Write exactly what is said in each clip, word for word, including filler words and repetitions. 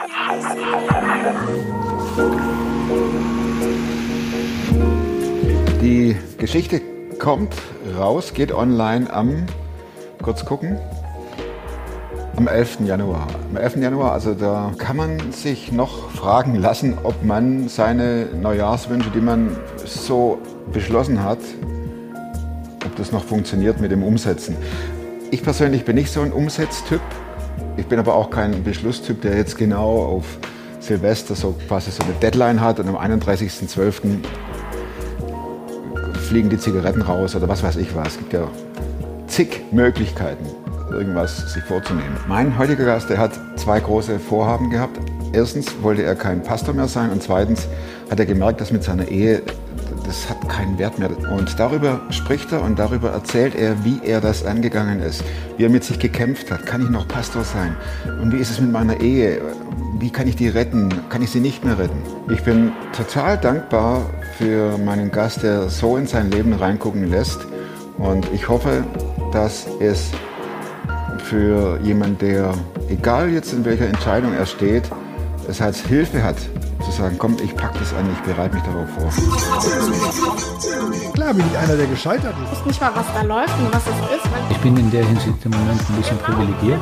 Die Geschichte kommt raus, geht online am, kurz gucken, am elften Januar. Am elften Januar, also da kann man sich noch fragen lassen, ob man seine Neujahrswünsche, die man so beschlossen hat, ob das noch funktioniert mit dem Umsetzen. Ich persönlich bin nicht so ein Umsetztyp. Ich bin aber auch kein Beschlusstyp, der jetzt genau auf Silvester so quasi so eine Deadline hat und am einunddreißigsten zwölften fliegen die Zigaretten raus oder was weiß ich was. Es gibt ja zig Möglichkeiten, irgendwas sich vorzunehmen. Mein heutiger Gast, der hat zwei große Vorhaben gehabt. Erstens wollte er kein Pastor mehr sein und zweitens hat er gemerkt, dass mit seiner Ehe, das hat keinen Wert mehr. Und darüber spricht er und darüber erzählt er, wie er das angegangen ist, wie er mit sich gekämpft hat. Kann ich noch Pastor sein? Und wie ist es mit meiner Ehe? Wie kann ich die retten? Kann ich sie nicht mehr retten? Ich bin total dankbar für meinen Gast, der so in sein Leben reingucken lässt. Und ich hoffe, dass es für jemanden, der, egal jetzt in welcher Entscheidung er steht, es als Hilfe hat, zu sagen, komm, ich pack das an, ich bereite mich darauf vor. Klar bin ich einer, der gescheitert ist. Ich weiß nicht mal, was da läuft und was es ist. Ich bin in der Hinsicht im Moment ein bisschen privilegiert.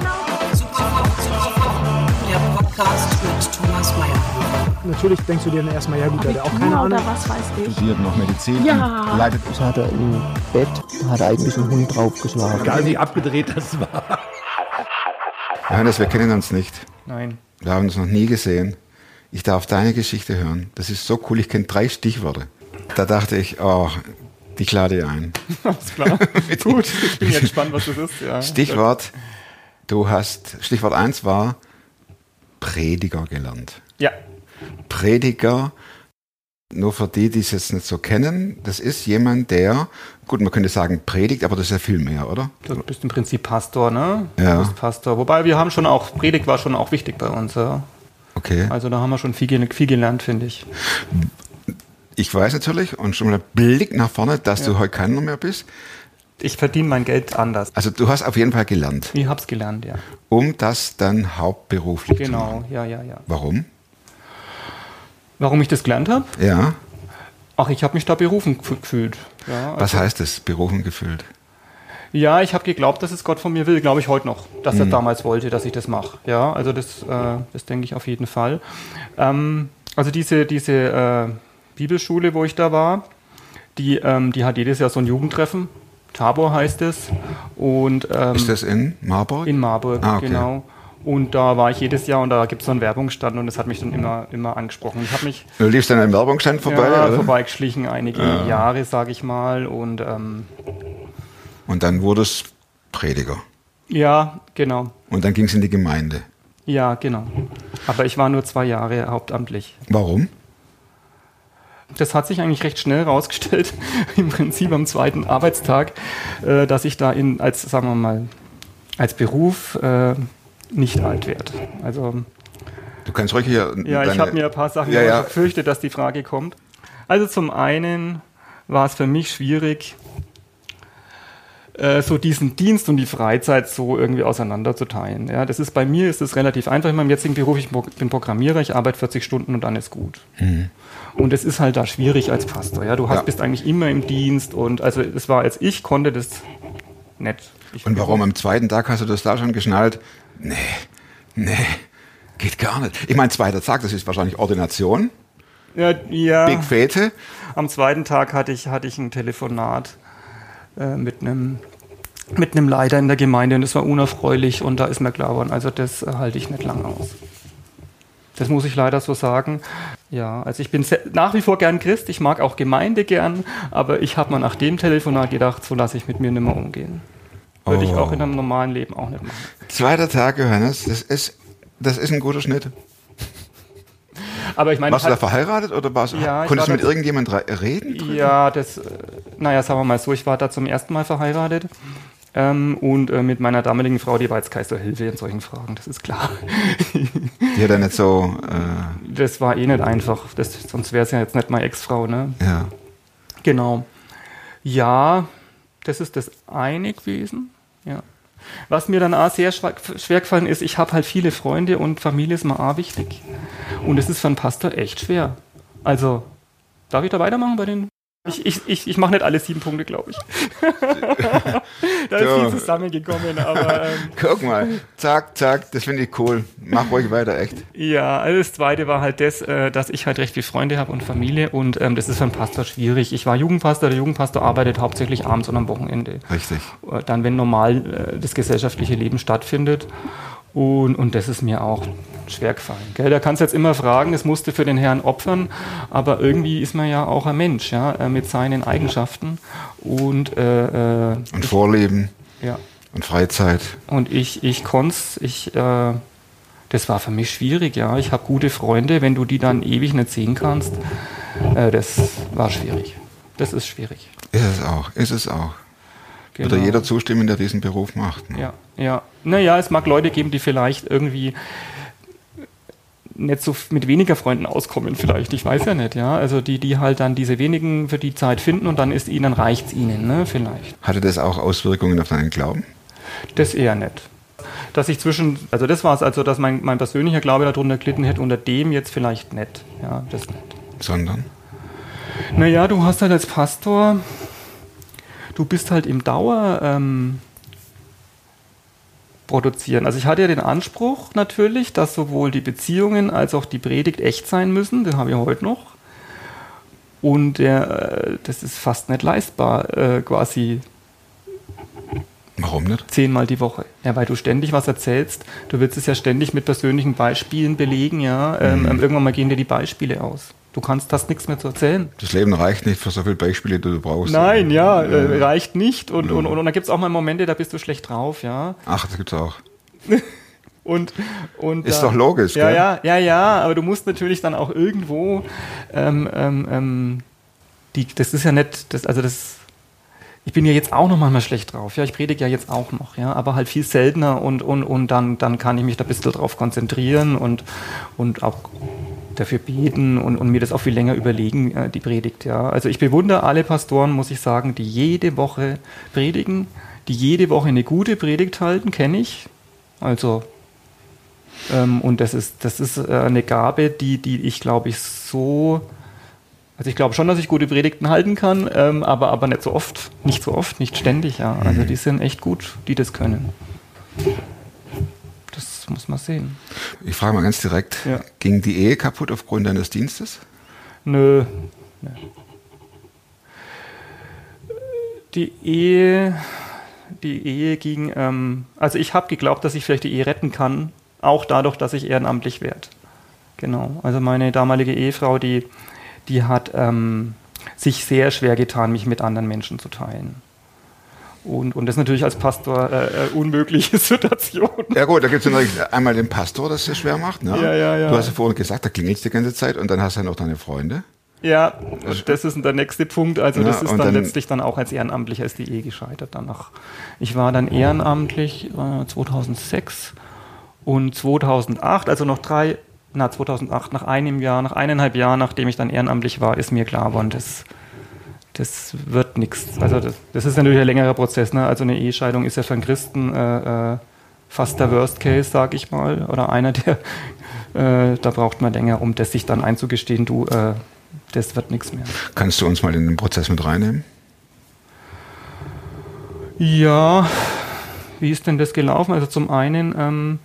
Der Podcast mit Thomas Mayer. Natürlich denkst du dir dann erstmal, ja gut, der hat auch keine Ahnung. Oder was weiß ich. Studiert noch Medizin Ja. und leitet. Das hat er im Bett, hat er eigentlich einen Hund draufgeschlagen. Egal wie abgedreht das war. Johannes, wir kennen uns nicht. Nein. Wir haben uns noch nie gesehen. Ich darf deine Geschichte hören. Das ist so cool, ich kenne drei Stichworte. Da dachte ich, oh, ich lade ihr ein. Alles klar. Gut, ich bin ja gespannt, was das ist. Ja. Stichwort, du hast, Stichwort eins war Prediger gelernt. Ja. Prediger, nur für die, die es jetzt nicht so kennen, das ist jemand, der, gut, man könnte sagen predigt, aber das ist ja viel mehr, oder? Du bist im Prinzip Pastor, ne? Ja. Du bist Pastor. Wobei wir haben schon auch, Predigt war schon auch wichtig bei uns, ja. Okay. Also da haben wir schon viel, viel gelernt, finde ich. Ich weiß natürlich und schon mal Blick nach vorne, dass Ja. du heute keiner mehr bist. Ich verdiene mein Geld anders. Also du hast auf jeden Fall gelernt, Ich hab's gelernt, ja. um das dann hauptberuflich zu machen. Genau, ja, ja, ja. Warum? Warum ich das gelernt habe? Ja. Ach, ich habe mich da berufen gef- gefühlt. Ja, Was also- heißt das, berufen gefühlt? Ja, ich habe geglaubt, dass es Gott von mir will, glaube ich heute noch, dass Mhm. er damals wollte, dass ich das mache. Ja, also das, äh, das denke ich auf jeden Fall. Ähm, also diese, diese äh, Bibelschule, wo ich da war, die, ähm, die hat jedes Jahr so ein Jugendtreffen. Tabor heißt es. Und, ähm, Ist das in Marburg? in Marburg, Ah, okay. genau. Und da war ich jedes Jahr und da gibt es so einen Werbungsstand und das hat mich dann immer, immer angesprochen. Ich habe mich Du liefst an einem Werbungsstand vorbei, ja, oder? vorbeigeschlichen, einige Ja. Jahre, sage ich mal. Und ähm, Und dann wurdest Prediger. ja, genau. Und dann ging es in die Gemeinde. Ja, genau. Aber ich war nur zwei Jahre hauptamtlich. Warum? Das hat sich eigentlich recht schnell rausgestellt, im Prinzip am zweiten Arbeitstag, äh, dass ich da in, als, sagen wir mal, als Beruf äh, nicht alt werde. Also, Du kannst ruhig hier ja, ich deine- habe mir ein paar Sachen Ja, ja. befürchtet, dass die Frage kommt. Also zum einen war es für mich schwierig, äh, so diesen Dienst und die Freizeit so irgendwie auseinanderzuteilen. Ja, das ist bei mir ist es relativ einfach in meinem jetzigen Beruf. Ich bin Programmierer, ich arbeite vierzig Stunden und dann ist gut. Mhm. Und es ist halt da schwierig als Pastor. Ja, du hast, Ja. bist eigentlich immer im Dienst und also es war als ich konnte das nicht. Ich Und warum am zweiten Tag hast du das da schon geschnallt? Nee, nee, geht gar nicht. Ich meine, zweiter Tag, das ist wahrscheinlich Ordination, Ja, ja. Big Fete. Am zweiten Tag hatte ich, hatte ich ein Telefonat äh, mit einem mit einem Leiter in der Gemeinde und das war unerfreulich und da ist mir klar geworden, also das äh, halte ich nicht lange aus. Das muss ich leider so sagen. Ja, also ich bin se- nach wie vor gern Christ, ich mag auch Gemeinde gern, aber ich habe mal nach dem Telefonat gedacht, so lasse ich mit mir nicht mehr umgehen. Würde ich Oh. auch in einem normalen Leben auch nicht machen. Zweiter Tag, Johannes, das ist, das ist ein guter Schnitt. Aber ich meine, Warst du da halt- verheiratet oder warst, Ja, ich konntest du war mit da- irgendjemandem re- reden? drüber? Ja, das, äh, naja, sagen wir mal so, ich war da zum ersten Mal verheiratet ähm, und äh, mit meiner damaligen Frau, die war jetzt keine so Hilfe in solchen Fragen, das ist klar. Die hat ja nicht so, äh, Das war eh nicht einfach, das, sonst wäre es ja jetzt nicht meine Ex-Frau, ne? ja. Genau. Ja, das ist das eine gewesen, ja. Was mir dann auch sehr schwer, schwer gefallen ist, ich habe halt viele Freunde und Familie ist mir auch wichtig. Und es ist für einen Pastor echt schwer. Also, darf ich da weitermachen bei den... Ich, ich, ich, ich mache nicht alle sieben Punkte, glaube ich. Da ist viel zusammengekommen, aber... Ähm, Guck mal, zack, zack, das finde ich cool. Mach ruhig weiter, echt. Ja, also das Zweite war halt das, äh, dass ich halt recht viele Freunde habe und Familie und ähm, das ist für einen Pastor schwierig. Ich war Jugendpastor, der Jugendpastor arbeitet hauptsächlich abends und am Wochenende. Richtig. Äh, Dann, wenn normal äh, das gesellschaftliche Leben stattfindet. Und, und das ist mir auch schwer gefallen. Gell? Da kannst du jetzt immer fragen, es musste für den Herrn opfern, aber irgendwie ist man ja auch ein Mensch, ja, äh, mit seinen Eigenschaften. Und, äh, äh, Und Vorleben. Ja. Und Freizeit. Und ich, ich konnte es, ich, äh, das war für mich schwierig, ja. Ich habe gute Freunde, wenn du die dann ewig nicht sehen kannst, äh, das war schwierig. Das ist schwierig. Ist es auch, ist es auch. Genau. Würde jeder zustimmen, der diesen Beruf macht. Ne? Ja, ja. Naja, es mag Leute geben, die vielleicht irgendwie nicht so mit weniger Freunden auskommen, vielleicht. Ich weiß ja nicht, ja. Also die, die halt dann diese wenigen für die Zeit finden und dann ist ihnen, reicht es ihnen, ne, vielleicht. Hatte das auch Auswirkungen auf deinen Glauben? Das eher nicht. Dass ich zwischen, also das war es, also dass mein, mein persönlicher Glaube darunter gelitten hätte, unter dem jetzt vielleicht nicht. Ja, das nicht. Sondern? Naja, du hast halt als Pastor, du bist halt im Dauer ähm, produzieren. Also ich hatte ja den Anspruch natürlich, dass sowohl die Beziehungen als auch die Predigt echt sein müssen. Den habe ich heute noch. Und der, äh, das ist fast nicht leistbar, äh, quasi Warum nicht? zehnmal die Woche. Ja, weil du ständig was erzählst. Du willst es ja ständig mit persönlichen Beispielen belegen. Ja, ähm, Mhm. irgendwann mal gehen dir die Beispiele aus. Du kannst, hast nichts mehr zu erzählen. Das Leben reicht nicht für so viele Beispiele, die du brauchst. Nein, ja, äh, reicht nicht. Und, und, und, und da gibt es auch mal Momente, da bist du schlecht drauf, ja. Ach, das gibt's auch. Und, und, Ist äh, doch logisch, ja, gell? ja, ja, ja, aber du musst natürlich dann auch irgendwo, ähm, ähm, ähm, die, das ist ja nicht, das, also das, ich bin ja jetzt auch noch manchmal schlecht drauf, ja, ich predige ja jetzt auch noch, ja, aber halt viel seltener und, und, und dann, dann kann ich mich da ein bisschen drauf konzentrieren und, und auch dafür beten und, und mir das auch viel länger überlegen, äh, die Predigt, ja. Also ich bewundere alle Pastoren, muss ich sagen, die jede Woche predigen, die jede Woche eine gute Predigt halten, kenne ich. Also, ähm, und das ist, das ist äh, eine Gabe, die, die ich, glaube ich, so, also ich glaube schon, dass ich gute Predigten halten kann, ähm, aber, aber nicht so oft, nicht so oft, nicht ständig, ja. Also die sind echt gut, die das können. Das muss man sehen. Ich frage mal ganz direkt, Ja. ging die Ehe kaputt aufgrund deines Dienstes? Nö. Nö. Die Ehe, die Ehe ging, ähm, also ich habe geglaubt, dass ich vielleicht die Ehe retten kann, auch dadurch, dass ich ehrenamtlich werde. Genau. Also meine damalige Ehefrau, die, die hat ähm, sich sehr schwer getan, mich mit anderen Menschen zu teilen. Und, und das ist natürlich als Pastor äh, äh, unmögliche Situation. Ja gut, da gibt es natürlich einmal den Pastor, das es schwer macht. Ne? Ja, ja, ja. Du hast ja vorhin gesagt, da klingelt es die ganze Zeit und dann hast du ja noch deine Freunde. Ja, und das ist der nächste Punkt. Also Ja, das ist und dann, dann- letztlich dann auch als Ehrenamtlicher ist die Ehe gescheitert danach. Ich war dann ehrenamtlich äh, zweitausendsechs und zweitausendacht, also noch drei, na zweitausendacht, nach einem Jahr, nach eineinhalb Jahren, nachdem ich dann ehrenamtlich war, ist mir klar geworden, das, das wird nichts. Also das, das ist natürlich ein längerer Prozess. Ne? Also eine Ehescheidung ist ja für einen Christen äh, äh, fast der Worst Case, sag ich mal, oder einer, der, äh, da braucht man länger, um das sich dann einzugestehen, du, äh, das wird nichts mehr. Kannst du uns mal in den Prozess mit reinnehmen? Ja, wie ist denn das gelaufen? Also zum einen, ähm,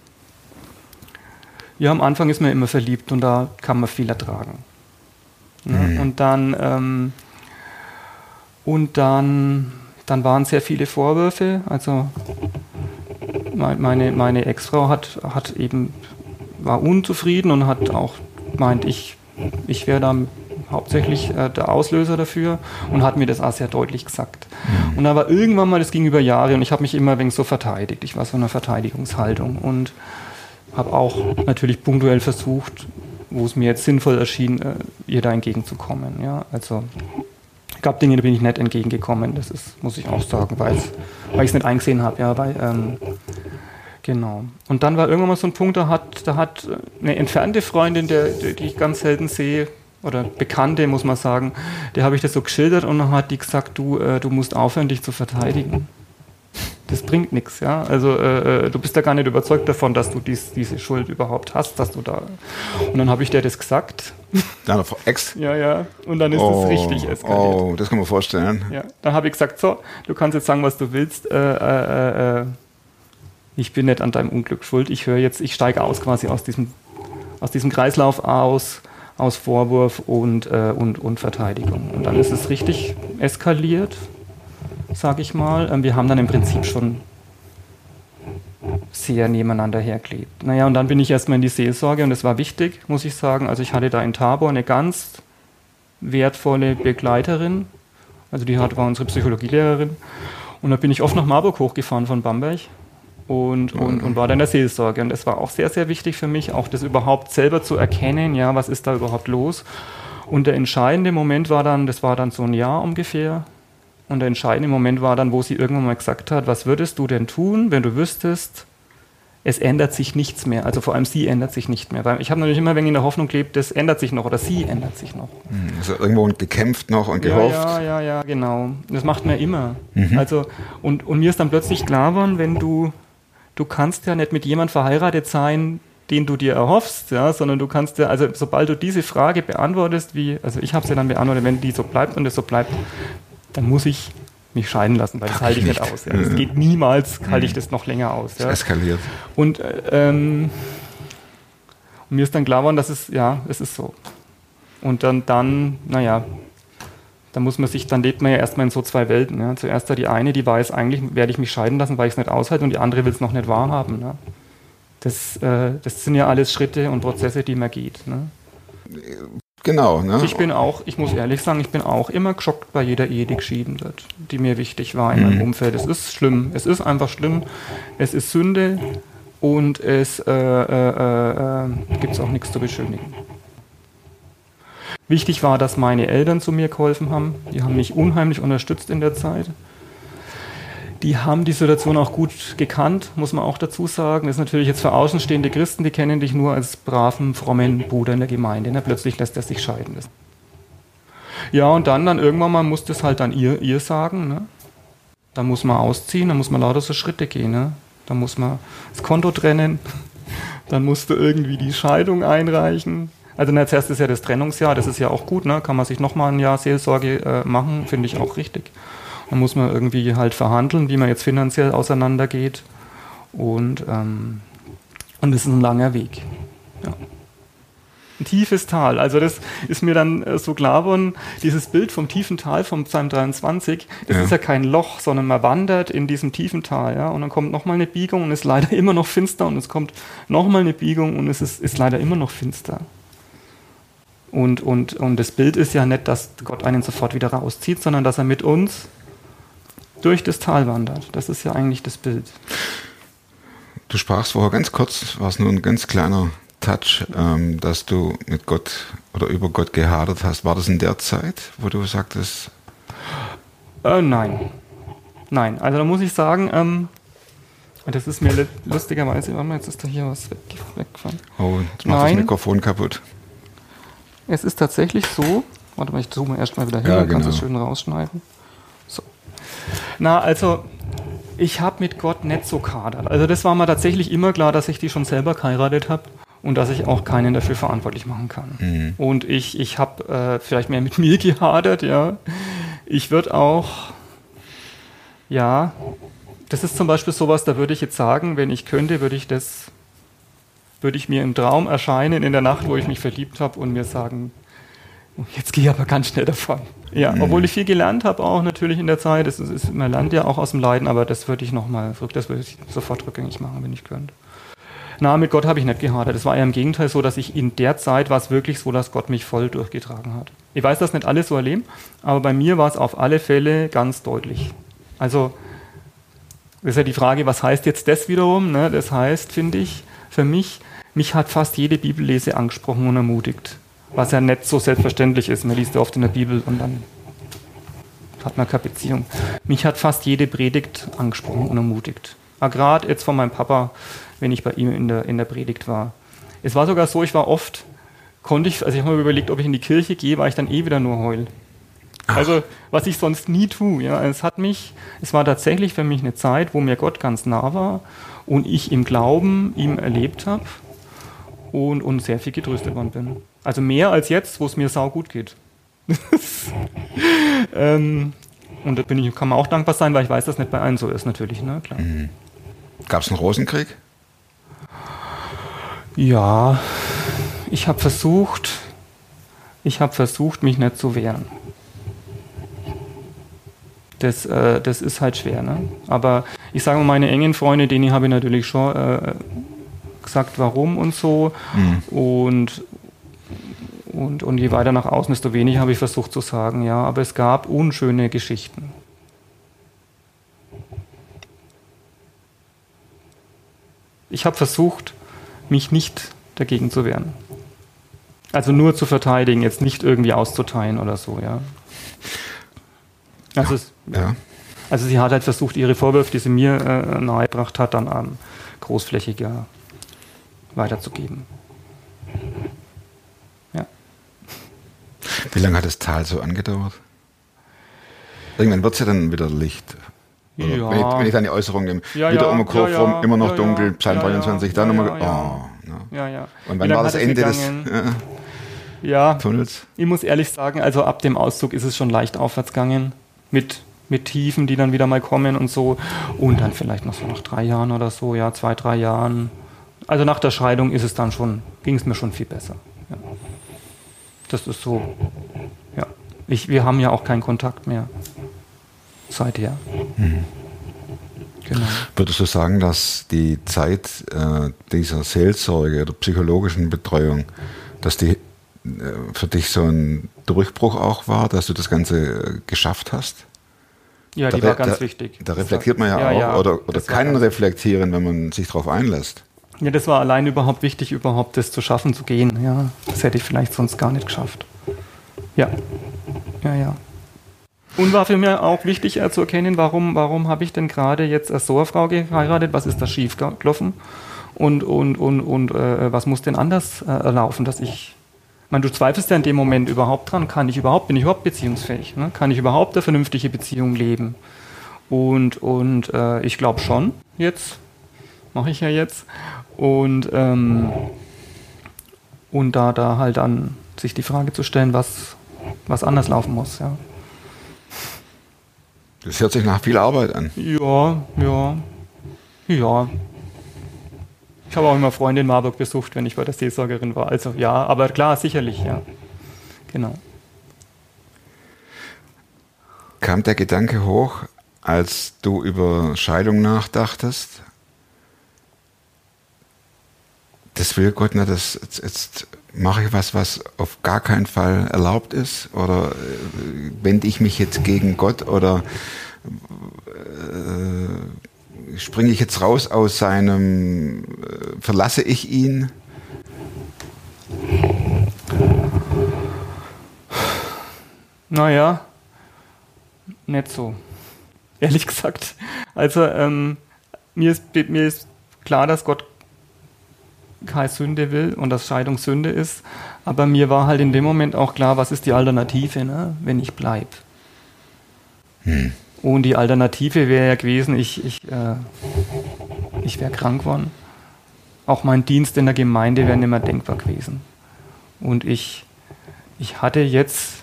ja, am Anfang ist man immer verliebt und da kann man viel ertragen. Ne? Mhm. Und dann, ähm, und dann, dann waren sehr viele Vorwürfe. Also mein- meine, meine Ex-Frau hat, hat eben, war unzufrieden und hat auch meint, ich, ich wäre da hauptsächlich äh, der Auslöser dafür und hat mir das auch sehr deutlich gesagt. Und da war irgendwann mal, das ging über Jahre und ich habe mich immer ein wenig so verteidigt. Ich war so in einer Verteidigungshaltung und habe auch natürlich punktuell versucht, wo es mir jetzt sinnvoll erschien, äh, ihr da entgegenzukommen. Ja? Also es gab Dinge, da bin ich nicht entgegengekommen, das ist, muss ich auch sagen, weil ich es nicht eingesehen habe. Ja, weil, ähm, genau. Und dann war irgendwann mal so ein Punkt, da hat, da hat eine entfernte Freundin, der, die ich ganz selten sehe, oder Bekannte, muss man sagen, der habe ich das so geschildert und dann hat die gesagt, du, äh, du musst aufhören, dich zu verteidigen. Das bringt nichts, ja. Also äh, du bist ja gar nicht überzeugt davon, dass du dies, diese Schuld überhaupt hast, dass du da. Und dann habe ich dir das gesagt. Deiner Ex? Ja, ja. Und dann ist oh, das richtig eskaliert. Oh, das kann man vorstellen. Ja. Dann habe ich gesagt, so, du kannst jetzt sagen, was du willst. Äh, äh, äh, ich bin nicht an deinem Unglück schuld. Ich höre jetzt, ich steige aus quasi aus diesem, aus diesem Kreislauf aus, aus Vorwurf und, äh, und, und Verteidigung. Und dann ist es richtig eskaliert. Sag ich mal. Wir haben dann im Prinzip schon sehr nebeneinander hergelebt. Naja, und dann bin ich erstmal in die Seelsorge und das war wichtig, muss ich sagen. Also ich hatte da in Tabor eine ganz wertvolle Begleiterin, also die war unsere Psychologielehrerin und da bin ich oft nach Marburg hochgefahren von Bamberg und, und, und war dann in der Seelsorge und das war auch sehr, sehr wichtig für mich, auch das überhaupt selber zu erkennen, ja, was ist da überhaupt los. Und der entscheidende Moment war dann, das war dann so ein Jahr ungefähr, und der entscheidende Moment war dann, wo sie irgendwann mal gesagt hat, was würdest du denn tun, wenn du wüsstest, es ändert sich nichts mehr. Also vor allem sie ändert sich nicht mehr. Weil ich habe natürlich immer ein wenig in der Hoffnung gelebt, das ändert sich noch oder sie ändert sich noch. Also irgendwo gekämpft noch und gehofft. Ja, ja, ja, ja, genau. Das macht man immer. Mhm. Also, und, und mir ist dann plötzlich klar geworden, wenn du, du kannst ja nicht mit jemandem verheiratet sein, den du dir erhoffst, ja, sondern du kannst ja, also sobald du diese Frage beantwortest, wie, also ich habe sie dann beantwortet, wenn die so bleibt und es so bleibt, dann muss ich mich scheiden lassen, weil das halte ich nicht aus. Ja. Das geht niemals, halte ich das noch länger aus. Ja. Es eskaliert. Und, ähm, und mir ist dann klar geworden, dass es, ja, es ist so. Und dann, dann, naja, da muss man sich, dann lebt man ja erstmal in so zwei Welten. Ja. Zuerst da die eine, die weiß, eigentlich werde ich mich scheiden lassen, weil ich es nicht aushalte, und die andere will es noch nicht wahrhaben. Ne. Das, äh, das sind ja alles Schritte und Prozesse, die man geht. Ne. Genau. Ne? Ich bin auch, ich muss ehrlich sagen, ich bin auch immer geschockt bei jeder Ehe, die geschieden wird, die mir wichtig war in meinem Umfeld. Es ist schlimm, es ist einfach schlimm, es ist Sünde und es äh, äh, äh, gibt es auch nichts zu beschönigen. Wichtig war, dass meine Eltern zu mir geholfen haben, die haben mich unheimlich unterstützt in der Zeit. Die haben die Situation auch gut gekannt, muss man auch dazu sagen. Das ist natürlich jetzt für außenstehende Christen, die kennen dich nur als braven, frommen Bruder in der Gemeinde. Ne? Plötzlich lässt er sich scheiden. Ja, und dann, dann irgendwann mal muss das halt dann ihr, ihr sagen. Ne? Da muss man ausziehen, dann muss man lauter so Schritte gehen. Ne? Da muss man das Konto trennen, dann musst du irgendwie die Scheidung einreichen. Also als erstes ist ja das Trennungsjahr, das ist ja auch gut, ne? Kann man sich nochmal ein Jahr Seelsorge äh, machen, finde ich auch richtig. Dann muss man irgendwie halt verhandeln, wie man jetzt finanziell auseinandergeht. Und, ähm, und das ist ein langer Weg. Ja. Ein tiefes Tal. Also das ist mir dann äh, so klar geworden, dieses Bild vom tiefen Tal vom Psalm dreiundzwanzig, das ja. ist ja kein Loch, sondern man wandert in diesem tiefen Tal. Ja? Und dann kommt nochmal eine Biegung und ist leider immer noch finster. Und es kommt nochmal eine Biegung und es ist, ist leider immer noch finster. Und, und, und das Bild ist ja nicht, dass Gott einen sofort wieder rauszieht, sondern dass er mit uns durch das Tal wandert. Das ist ja eigentlich das Bild. Du sprachst vorher ganz kurz, war es nur ein ganz kleiner Touch, ähm, dass du mit Gott oder über Gott gehadert hast. War das in der Zeit, wo du sagtest? Äh, nein. Nein, also da muss ich sagen, ähm, das ist mir lustigerweise, warte mal, jetzt ist da hier was weg, weggefallen. Oh, jetzt macht das Mikrofon kaputt. Es ist tatsächlich so, warte mal, ich zoome erst mal wieder hin, ja, dann genau. kannst du es schön rausschneiden. So. Na, also, ich habe mit Gott nicht so gehadert. Also das war mir tatsächlich immer klar, dass ich die schon selber geheiratet habe und dass ich auch keinen dafür verantwortlich machen kann. Mhm. Und ich, ich habe äh, vielleicht mehr mit mir gehadert, ja. Ich würde auch, ja, das ist zum Beispiel sowas, da würde ich jetzt sagen, wenn ich könnte, würde ich das, würde ich mir im Traum erscheinen in der Nacht, wo ich mich verliebt habe und mir sagen, jetzt gehe ich aber ganz schnell davon. Ja, mhm. Obwohl ich viel gelernt habe auch natürlich in der Zeit. Das ist, ist, man lernt ja auch aus dem Leiden, aber das würde ich nochmal, das würde ich sofort rückgängig machen, wenn ich könnte. Na, mit Gott habe ich nicht gehadert. Es war eher im Gegenteil so, dass ich in der Zeit war es wirklich so, dass Gott mich voll durchgetragen hat. Ich weiß, dass nicht alle so erleben, aber bei mir war es auf alle Fälle ganz deutlich. Also, das ist ja die Frage, was heißt jetzt das wiederum? Ne? Das heißt, finde ich, für mich, mich hat fast jede Bibellese angesprochen und ermutigt. Was ja nicht so selbstverständlich ist. Man liest ja oft in der Bibel und dann hat man keine Beziehung. Mich hat fast jede Predigt angesprochen und ermutigt. Gerade jetzt von meinem Papa, wenn ich bei ihm in der, in der Predigt war. Es war sogar so, ich war oft, konnte ich, also ich habe mir überlegt, ob ich in die Kirche gehe, weil ich dann eh wieder nur heul. Also, was ich sonst nie tue. Ja. Es hat mich, es war tatsächlich für mich eine Zeit, wo mir Gott ganz nah war und ich im Glauben ihm erlebt habe und, und sehr viel getröstet worden bin. Also mehr als jetzt, wo es mir saugut geht. ähm, und da bin ich, kann man auch dankbar sein, weil ich weiß, dass nicht bei allen so ist, natürlich. Ne? Klar. Mhm. Gab es einen Rosenkrieg? Ja, ich habe versucht, ich habe versucht, mich nicht zu wehren. Das, äh, das ist halt schwer, ne? Aber ich sage mal, meine engen Freunde, denen habe ich natürlich schon äh, gesagt, warum und so. Mhm. Und, und, und je weiter nach außen, desto weniger habe ich versucht zu sagen, ja. Aber es gab unschöne Geschichten. Ich habe versucht, mich nicht dagegen zu wehren. Also nur zu verteidigen, jetzt nicht irgendwie auszuteilen oder so, ja. Also, es, ja. also sie hat halt versucht, ihre Vorwürfe, die sie mir äh, nahegebracht hat, dann ähm, großflächiger weiterzugeben. Ja. Wie lange hat das Tal so angedauert? Irgendwann wird es ja dann wieder Licht. Oder ja. wenn, ich, wenn ich dann die Äußerung nehme, ja, wieder ja, um den Kopf ja, rum, ja, immer noch ja, dunkel, Psalm ja, dreiundzwanzig, ja, dann ja, nochmal, ja, oh. Ja, ja. Und wann war das Ende des ja. Ja. Tunnels? Ich muss ehrlich sagen, also ab dem Auszug ist es schon leicht aufwärts gegangen, mit, mit Tiefen, die dann wieder mal kommen und so. Und dann vielleicht noch so nach drei Jahren oder so, ja, zwei, drei Jahren. Also nach der Scheidung ist es dann schon, ging es mir schon viel besser. Ja. Das ist so, ja. Ich, wir haben ja auch keinen Kontakt mehr seither. Mhm. Genau. Würdest du sagen, dass die Zeit äh, dieser Seelsorge oder psychologischen Betreuung, dass die äh, für dich so ein Durchbruch auch war, dass du das Ganze äh, geschafft hast? Ja, die da, war ganz da, wichtig. Da reflektiert man ja, ja auch, ja, oder, oder kann reflektieren, wenn man sich darauf einlässt. Ja, das war allein überhaupt wichtig, überhaupt das zu schaffen, zu gehen. Ja, das hätte ich vielleicht sonst gar nicht geschafft. Ja, ja, ja. Und war für mich auch wichtig äh, zu erkennen, warum, warum habe ich denn gerade jetzt als so eine Frau geheiratet, was ist da schief gelaufen und, und, und, und äh, was muss denn anders äh, laufen, dass ich, ich meine, du zweifelst ja in dem Moment überhaupt dran, kann ich überhaupt, bin ich überhaupt beziehungsfähig, ne? Kann ich überhaupt eine vernünftige Beziehung leben? Und, und äh, ich glaube schon, jetzt, mache ich ja jetzt, und, ähm, und da, da halt dann sich die Frage zu stellen, was, was anders laufen muss, ja. Das hört sich nach viel Arbeit an. Ja, ja, ja. Ich habe auch immer Freunde in Marburg besucht, wenn ich bei der Seelsorgerin war. Also ja, aber klar, sicherlich, ja. Genau. Kam der Gedanke hoch, als du über Scheidung nachdachtest? Das will Gott nicht, das, jetzt, jetzt mache ich was, was auf gar keinen Fall erlaubt ist? Oder äh, wende ich mich jetzt gegen Gott? Oder äh, springe ich jetzt raus aus seinem, äh, verlasse ich ihn? Naja, nicht so. Ehrlich gesagt. Also ähm, mir, ist, mir ist klar, dass Gott keine Sünde will und dass Scheidung Sünde ist, aber mir war halt in dem Moment auch klar, was ist die Alternative, ne, wenn ich bleibe. Hm. Und die Alternative wäre ja gewesen, ich, ich, äh, ich wäre krank geworden. Auch mein Dienst in der Gemeinde wäre nicht mehr denkbar gewesen. Und ich, ich hatte jetzt,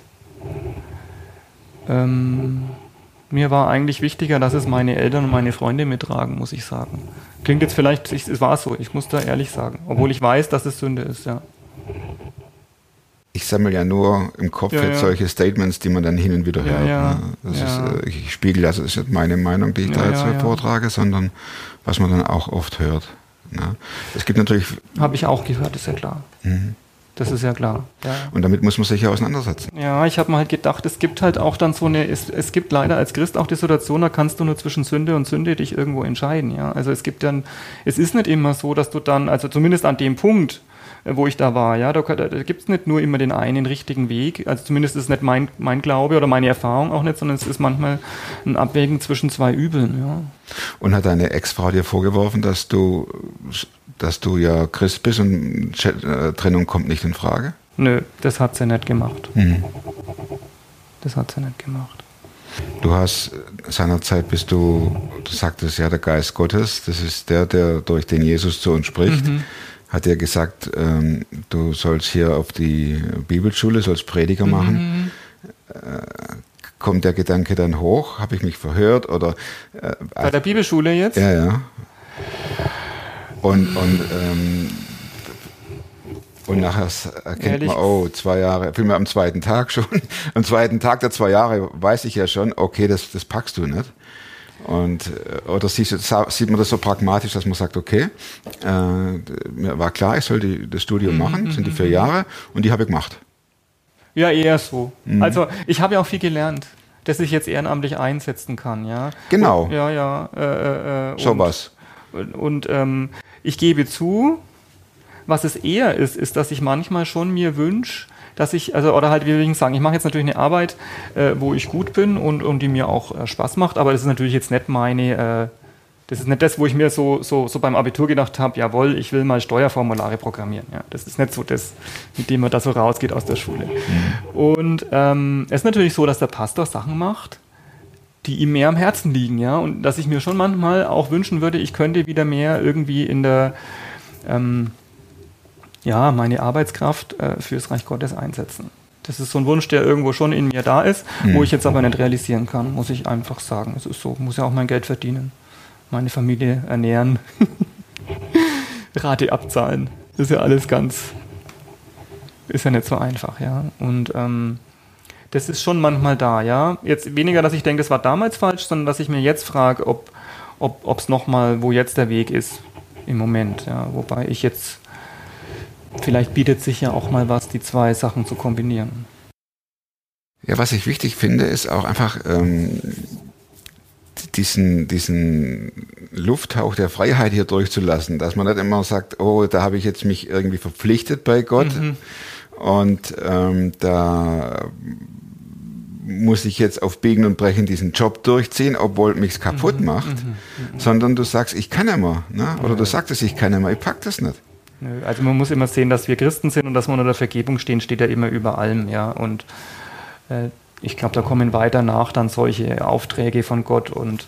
ähm, mir war eigentlich wichtiger, dass es meine Eltern und meine Freunde mittragen, muss ich sagen. Klingt jetzt vielleicht, ich, es war so, ich muss da ehrlich sagen. Obwohl ich weiß, dass es Sünde ist, ja. Ich sammle ja nur im Kopf ja, jetzt ja. solche Statements, die man dann hin und wieder ja, hört. ja. Ne? Das ja. ist, ich spiegel, das ist nicht meine Meinung, die ich ja, da jetzt ja, ja. vortrage, sondern was man dann auch oft hört. Ne? Es gibt natürlich... Habe ich auch gehört, ist ja klar. Mhm. Das ist ja klar. Ja. Und damit muss man sich ja auseinandersetzen. Ja, ich habe mir halt gedacht, es gibt halt auch dann so eine, es, es gibt leider als Christ auch die Situation, da kannst du nur zwischen Sünde und Sünde dich irgendwo entscheiden. Ja? Also es gibt dann, es ist nicht immer so, dass du dann, also zumindest an dem Punkt, wo ich da war, ja, da, da, da gibt es nicht nur immer den einen richtigen Weg, also zumindest ist es nicht mein, mein Glaube oder meine Erfahrung auch nicht, sondern es ist manchmal ein Abwägen zwischen zwei Übeln. Ja. Und hat deine Ex-Frau dir vorgeworfen, dass du... dass du ja Christ bist und Trennung kommt nicht in Frage? Nö, das hat sie nicht gemacht. Mhm. Das hat sie nicht gemacht. Du hast seinerzeit, bist du, du sagtest ja, der Geist Gottes, das ist der, der durch den Jesus zu uns spricht, mhm. hat er gesagt, ähm, du sollst hier auf die Bibelschule, sollst Prediger mhm. machen. Äh, kommt der Gedanke dann hoch? Habe ich mich verhört? Oder, äh, Bei der Bibelschule jetzt? Ja, ja. Und, und, ähm, und nachher erkennt Ehrlich? man, oh, zwei Jahre, vielmehr am zweiten Tag schon, am zweiten Tag der zwei Jahre weiß ich ja schon, okay, das, das packst du nicht. Und, oder siehst, sieht man das so pragmatisch, dass man sagt, okay, äh, mir war klar, ich soll die, das Studium machen, das sind die vier Jahre, und die habe ich gemacht. Ja, eher so. Mhm. Also ich habe ja auch viel gelernt, dass ich jetzt ehrenamtlich einsetzen kann, ja. Genau. Und, ja, ja. Äh, äh, so was. Und, und ähm, ich gebe zu, was es eher ist, ist, dass ich manchmal schon mir wünsche, dass ich, also, oder halt, wie will ich sagen, ich mache jetzt natürlich eine Arbeit, äh, wo ich gut bin und, und die mir auch äh, Spaß macht, aber das ist natürlich jetzt nicht meine, äh, das ist nicht das, wo ich mir so, so, so beim Abitur gedacht habe, jawohl, ich will mal Steuerformulare programmieren. Ja, das ist nicht so das, mit dem man da so rausgeht aus der Schule. Mhm. Und ähm, es ist natürlich so, dass der Pastor Sachen macht, die ihm mehr am Herzen liegen, ja, und dass ich mir schon manchmal auch wünschen würde, ich könnte wieder mehr irgendwie in der ähm, ja, meine Arbeitskraft äh, fürs Reich Gottes einsetzen. Das ist so ein Wunsch, der irgendwo schon in mir da ist, mhm. wo ich jetzt aber nicht realisieren kann, muss ich einfach sagen. Es ist so, muss ja auch mein Geld verdienen, meine Familie ernähren, Rate abzahlen. Das ist ja alles ganz, ist ja nicht so einfach, ja. Und ähm, das ist schon manchmal da, ja. Jetzt weniger, dass ich denke, das war damals falsch, sondern dass ich mir jetzt frage, ob ob es nochmal, wo jetzt der Weg ist im Moment, ja. Wobei ich jetzt vielleicht bietet sich ja auch mal was, die zwei Sachen zu kombinieren. Ja, was ich wichtig finde, ist auch einfach ähm, diesen, diesen Lufthauch der Freiheit hier durchzulassen, dass man nicht immer sagt, oh, da habe ich jetzt mich irgendwie verpflichtet bei Gott mhm. und ähm, da muss ich jetzt auf Biegen und Brechen diesen Job durchziehen, obwohl mich's kaputt mhm. macht, mhm. Mhm. sondern du sagst, ich kann immer, ne? Oder ja. du sagtest, ich kann immer, ich pack das nicht. Also man muss immer sehen, dass wir Christen sind und dass wir unter der Vergebung stehen, steht ja immer über allem, ja. Und äh, ich glaube, da kommen weiter nach dann solche Aufträge von Gott und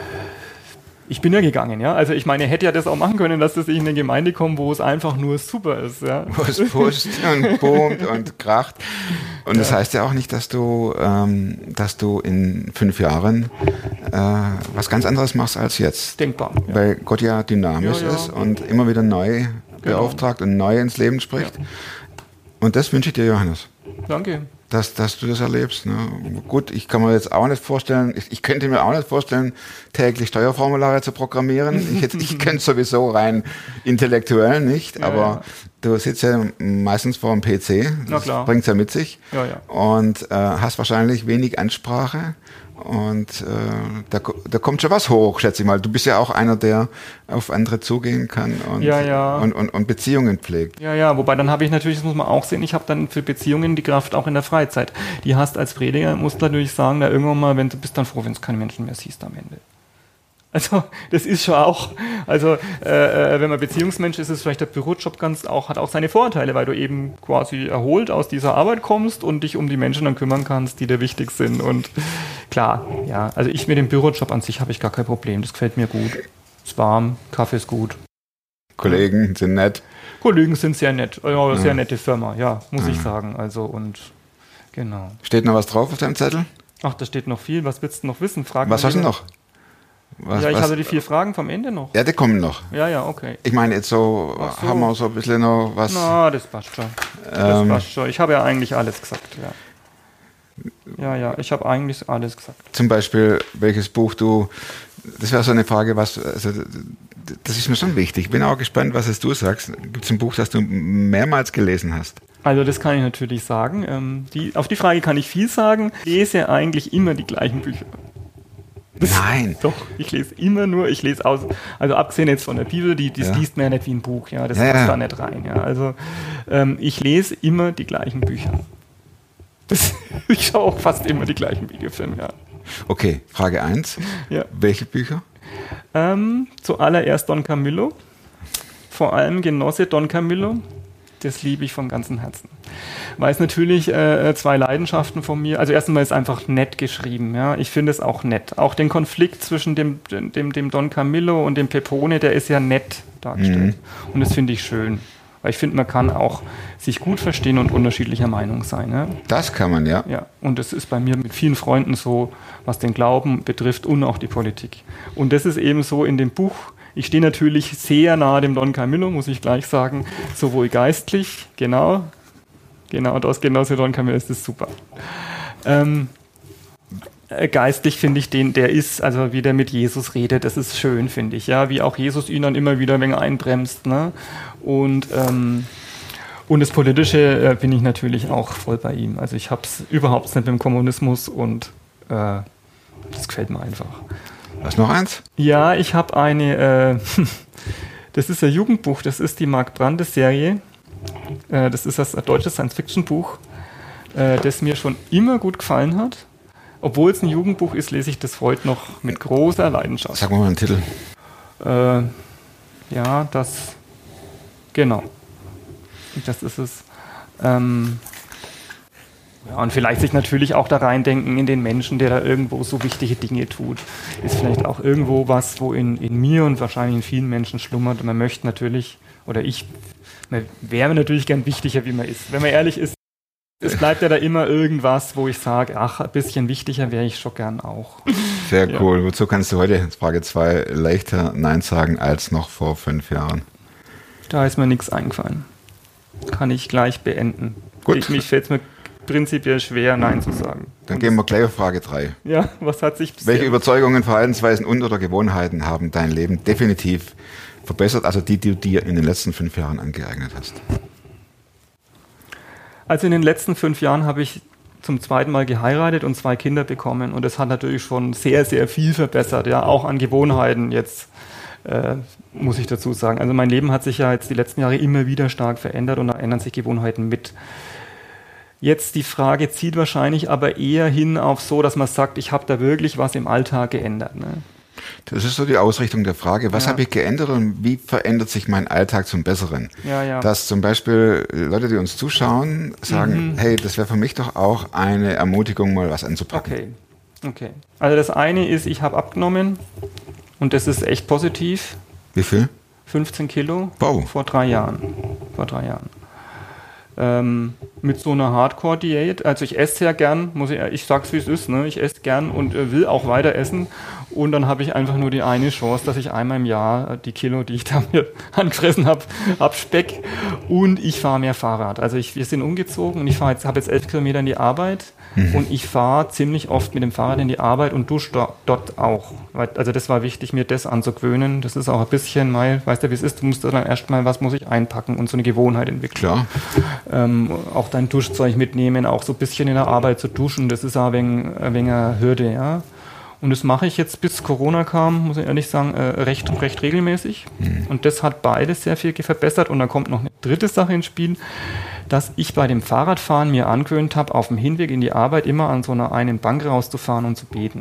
ich bin ja gegangen, ja. Also ich meine, er hätte ja das auch machen können, dass das in eine Gemeinde kommt, wo es einfach nur super ist, ja. Wo es pusht und boomt und kracht. Und ja. das heißt ja auch nicht, dass du, ähm, dass du in fünf Jahren äh, was ganz anderes machst als jetzt. Denkbar. Ja. Weil Gott ja dynamisch ja, ja. ist und immer wieder neu genau. beauftragt und neu ins Leben spricht. Ja. Und das wünsche ich dir, Johannes. Danke. Dass, dass du das erlebst. Ne? Gut, ich kann mir jetzt auch nicht vorstellen, ich, ich könnte mir auch nicht vorstellen, täglich Steuerformulare zu programmieren. Ich, jetzt, ich könnte sowieso rein intellektuell nicht, ja, aber ja. du sitzt ja meistens vor dem P C, das bringt es ja mit sich ja, ja. und äh, hast wahrscheinlich wenig Ansprache. Und äh, da, da kommt schon was hoch, schätze ich mal. Du bist ja auch einer, der auf andere zugehen kann und, ja, ja. und, und, und Beziehungen pflegt. Ja, ja, wobei dann habe ich natürlich, das muss man auch sehen, ich habe dann für Beziehungen die Kraft auch in der Freizeit. Die hast als Prediger, musst du natürlich sagen, da irgendwann mal, wenn du bist dann froh, wenn du keine Menschen mehr siehst am Ende. Also das ist schon auch, also äh, wenn man Beziehungsmensch ist, ist vielleicht der Bürojob ganz auch, hat auch seine Vorteile, weil du eben quasi erholt aus dieser Arbeit kommst und dich um die Menschen dann kümmern kannst, die dir wichtig sind. Und klar, ja, also ich mit dem Bürojob an sich habe ich gar kein Problem, das gefällt mir gut. Es ist warm, Kaffee ist gut. Kollegen sind nett. Kollegen sind sehr nett, ja, sehr nette Firma, ja, muss ja. ich sagen. Also und genau. Steht noch was drauf auf deinem Zettel? Ach, da steht noch viel, was willst du noch wissen? Fragen was hast du noch? Was, ja, ich was? habe die vier Fragen vom Ende noch. Ja, die kommen noch. Ja, ja, okay. Ich meine, jetzt so, so haben wir so ein bisschen noch was. Na, das passt schon. Das ähm, passt schon. Ich habe ja eigentlich alles gesagt, ja. Ja, ja, ich habe eigentlich alles gesagt. Zum Beispiel, welches Buch du, das wäre so eine Frage, was, also, das ist mir schon wichtig. Ich bin auch gespannt, was es du sagst. Gibt es ein Buch, das du mehrmals gelesen hast? Also das kann ich natürlich sagen. Ähm, die, auf die Frage kann ich viel sagen. Ich lese eigentlich immer die gleichen Bücher. Nein. Doch, ich lese immer nur, ich lese aus, also abgesehen jetzt von der Bibel, die, das ja. liest man ja nicht wie ein Buch, ja, das ja, passt ja. da nicht rein, ja, also ähm, ich lese immer die gleichen Bücher. Das, ich schaue auch fast immer die gleichen Videofilme, ja. Okay, Frage eins. Ja. Welche Bücher? Ähm, zuallererst Don Camillo, vor allem Genosse Don Camillo. Das liebe ich von ganzem Herzen. Weil es natürlich äh, zwei Leidenschaften von mir, also erstmal ist es einfach nett geschrieben, ja. Ich finde es auch nett. Auch den Konflikt zwischen dem, dem, dem Don Camillo und dem Pepone, der ist ja nett dargestellt. Mhm. Und das finde ich schön. Weil ich finde, man kann auch sich gut verstehen und unterschiedlicher Meinung sein. Ja? Das kann man, ja. Ja. Und das ist bei mir mit vielen Freunden so, was den Glauben betrifft und auch die Politik. Und das ist eben so in dem Buch. Ich stehe natürlich sehr nahe dem Don Camillo, muss ich gleich sagen, sowohl geistlich, genau, genau, das genauso Don Camillo ist das super. Ähm, äh, geistlich finde ich den, der ist, also wie der mit Jesus redet, das ist schön, finde ich, ja, wie auch Jesus ihn dann immer wieder ein wenig einbremst, ne? Und, ähm, und das Politische äh, bin ich natürlich auch voll bei ihm. Also ich habe es überhaupt nicht mit dem Kommunismus und äh, das gefällt mir einfach. Hast du noch eins? Ja, ich habe eine, äh, das ist ein Jugendbuch, das ist die Marc Brandes-Serie. Äh, das ist das ein deutsches Science-Fiction-Buch, äh, das mir schon immer gut gefallen hat. Obwohl es ein Jugendbuch ist, lese ich das heute noch mit großer Leidenschaft. Sag mal den Titel. Äh, ja, das, genau, das ist es. Ähm, Ja, und vielleicht sich natürlich auch da reindenken in den Menschen, der da irgendwo so wichtige Dinge tut. Ist vielleicht auch irgendwo was, wo in, in mir und wahrscheinlich in vielen Menschen schlummert. Und man möchte natürlich, oder ich, man wäre natürlich gern wichtiger, wie man ist. Wenn man ehrlich ist, es bleibt ja da immer irgendwas, wo ich sage, ach, ein bisschen wichtiger wäre ich schon gern auch. Sehr Ja. cool. Wozu kannst du heute, Frage zwei, leichter Nein sagen als noch vor fünf Jahren? Da ist mir nichts eingefallen. Kann ich gleich beenden. Gut. Ich, mich fällt es mir prinzipiell schwer, Nein zu sagen. Dann Und gehen wir gleich auf Frage drei. ja, was hat sich bisher... Welche Überzeugungen, Verhaltensweisen und oder Gewohnheiten haben dein Leben definitiv verbessert, also die, die du dir in den letzten fünf Jahren angeeignet hast? Also in den letzten fünf Jahren habe ich zum zweiten Mal geheiratet und zwei Kinder bekommen und das hat natürlich schon sehr, sehr viel verbessert, ja, auch an Gewohnheiten jetzt, äh, muss ich dazu sagen. Also mein Leben hat sich ja jetzt die letzten Jahre immer wieder stark verändert und da ändern sich Gewohnheiten mit. Jetzt die Frage zielt wahrscheinlich aber eher hin auf so, dass man sagt, ich habe da wirklich was im Alltag geändert. Ne? Das ist so die Ausrichtung der Frage, was Ja. habe ich geändert und wie verändert sich mein Alltag zum Besseren? Ja, ja. Dass zum Beispiel Leute, die uns zuschauen, sagen, Mhm. hey, das wäre für mich doch auch eine Ermutigung, mal was anzupacken. Okay, okay. Also das eine ist, ich habe abgenommen und das ist echt positiv. Wie viel? fünfzehn Kilo Wow. vor drei Jahren. Vor drei Jahren. Ähm, mit so einer Hardcore-Diät. Also ich esse sehr gern, muss ich, ich sag's wie es ist, ne? Ich esse gern und äh, will auch weiter essen. Und dann habe ich einfach nur die eine Chance, dass ich einmal im Jahr äh, die Kilo, die ich da mir angefressen habe, abspeck. Und ich fahre mehr Fahrrad. Also ich, wir sind umgezogen und ich fahre jetzt, habe jetzt elf Kilometer in die Arbeit. Mhm. Und ich fahre ziemlich oft mit dem Fahrrad in die Arbeit und dusche do, dort auch. Also das war wichtig, mir das anzugewöhnen. Das ist auch ein bisschen, mal, weißt du, wie es ist, du musst dann erstmal, was muss ich einpacken und so eine Gewohnheit entwickeln. Klar. Ähm, auch dein Duschzeug mitnehmen, auch so ein bisschen in der Arbeit zu duschen, das ist auch ein wenig, ein wenig eine Hürde, ja. Und das mache ich jetzt, bis Corona kam, muss ich ehrlich sagen, äh, recht, recht regelmäßig. Mhm. Und das hat beides sehr viel verbessert. Und dann kommt noch eine dritte Sache ins Spiel, dass ich bei dem Fahrradfahren mir angewöhnt habe, auf dem Hinweg in die Arbeit immer an so einer einen Bank rauszufahren und zu beten.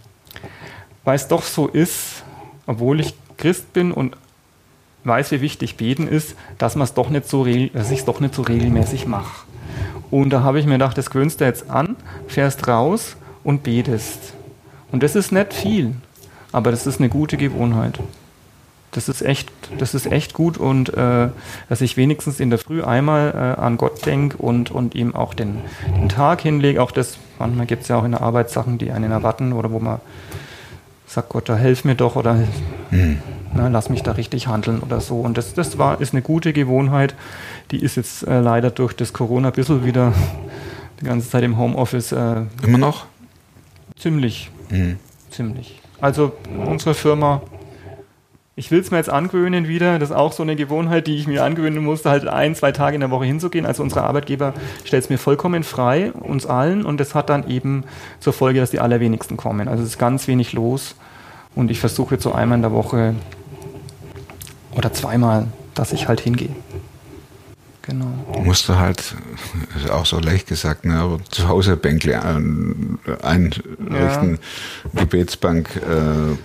Weil es doch so ist, obwohl ich Christ bin und weiß, wie wichtig Beten ist, dass man es doch nicht so, dass ich es doch nicht so regelmäßig mache. Und da habe ich mir gedacht, das gewöhnst du jetzt an, fährst raus und betest. Und das ist nicht viel, aber das ist eine gute Gewohnheit. Das ist echt, das ist echt gut und äh, dass ich wenigstens in der Früh einmal äh, an Gott denke und, und ihm auch den, den Tag hinlege. Auch das, manchmal gibt es ja auch in der Arbeit Sachen, die einen erwarten oder wo man sagt, Gott, da hilf mir doch oder hm. na, lass mich da richtig handeln oder so. Und das, das war, ist eine gute Gewohnheit. Die ist jetzt äh, leider durch das Corona ein bisschen wieder die ganze Zeit im Homeoffice. Äh, Immer noch? Ziemlich. Mhm. Ziemlich. Also unsere Firma, ich will es mir jetzt angewöhnen wieder, das ist auch so eine Gewohnheit, die ich mir angewöhnen musste, halt ein, zwei Tage in der Woche hinzugehen. Also unsere Arbeitgeber stellt es mir vollkommen frei, uns allen, und das hat dann eben zur Folge, dass die allerwenigsten kommen. Also es ist ganz wenig los und ich versuche jetzt so einmal in der Woche oder zweimal, dass ich halt hingehe. Genau. Musst du halt, ist auch so leicht gesagt, ne, aber zu Hause Bänkle ein, einrichten, ja. Gebetsbank äh,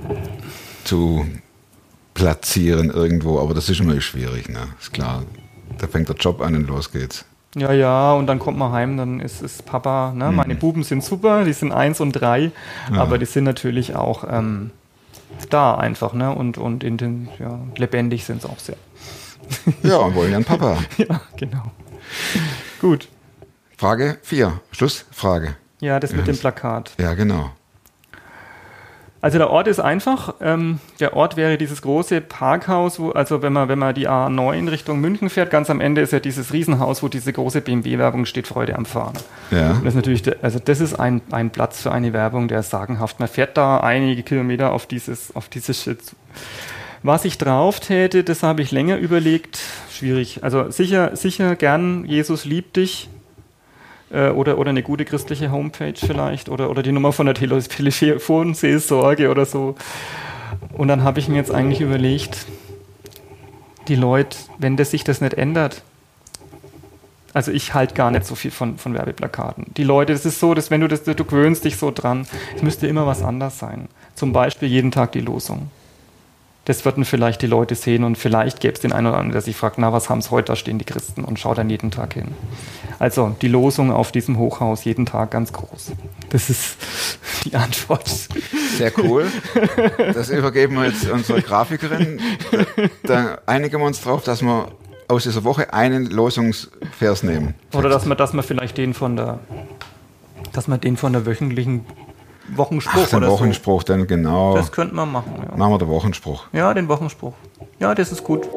zu platzieren irgendwo, aber das ist immer schwierig, ne, ist klar. Da fängt der Job an und los geht's. Ja, ja, und dann kommt man heim, dann ist es Papa. Ne? Mhm. Meine Buben sind super, die sind eins und drei, ja. aber die sind natürlich auch ähm, da einfach, ne? Und, und in den, ja, lebendig sind sie auch sehr. Ja, und wollen ja einen Papa. Ja, genau. Gut. Frage vier, Schlussfrage. Ja, das ja, mit dem Plakat. Ja, genau. Also der Ort ist einfach. Ähm, der Ort wäre dieses große Parkhaus, wo, also wenn man, wenn man die A neun Richtung München fährt, ganz am Ende ist ja dieses Riesenhaus, wo diese große B M W-Werbung steht, Freude am Fahren. Ja. Und das ist natürlich, de, also das ist ein, ein Platz für eine Werbung, der ist sagenhaft. Man fährt da einige Kilometer auf dieses, auf dieses Schild zu. Was ich drauf täte, das habe ich länger überlegt. Schwierig. Also sicher, sicher gern, Jesus liebt dich. Oder, oder eine gute christliche Homepage vielleicht oder, oder die Nummer von der Telefonseelsorge oder so. Und dann habe ich mir jetzt eigentlich überlegt, die Leute, wenn das sich das nicht ändert, also ich halte gar nicht so viel von, von Werbeplakaten. Die Leute, das ist so, dass wenn du das, du gewöhnst dich so dran, es müsste immer was anders sein. Zum Beispiel jeden Tag die Losung. Das würden vielleicht die Leute sehen und vielleicht gäbe es den einen oder anderen, der sich fragt, na, was haben es heute, da stehen die Christen und schaut dann jeden Tag hin. Also die Losung auf diesem Hochhaus jeden Tag ganz groß. Das ist die Antwort. Sehr cool. Das übergeben wir jetzt unserer Grafikerin. Da einigen wir uns drauf, dass wir aus dieser Woche einen Losungsvers nehmen. Oder dass man, dass man vielleicht den von der, dass man den von der wöchentlichen Wochenspruch Ach, den oder Wochenspruch, so. dann genau. Das könnte man machen, ja. Machen wir den Wochenspruch. Ja, den Wochenspruch. Ja, das ist gut.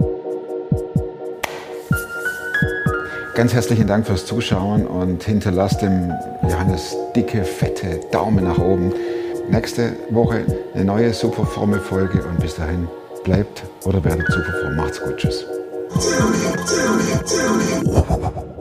Ganz herzlichen Dank fürs Zuschauen und hinterlasst dem Johannes dicke, fette Daumen nach oben. Nächste Woche eine neue Superformel-Folge und bis dahin bleibt oder werdet Superform. Macht's gut. Tschüss.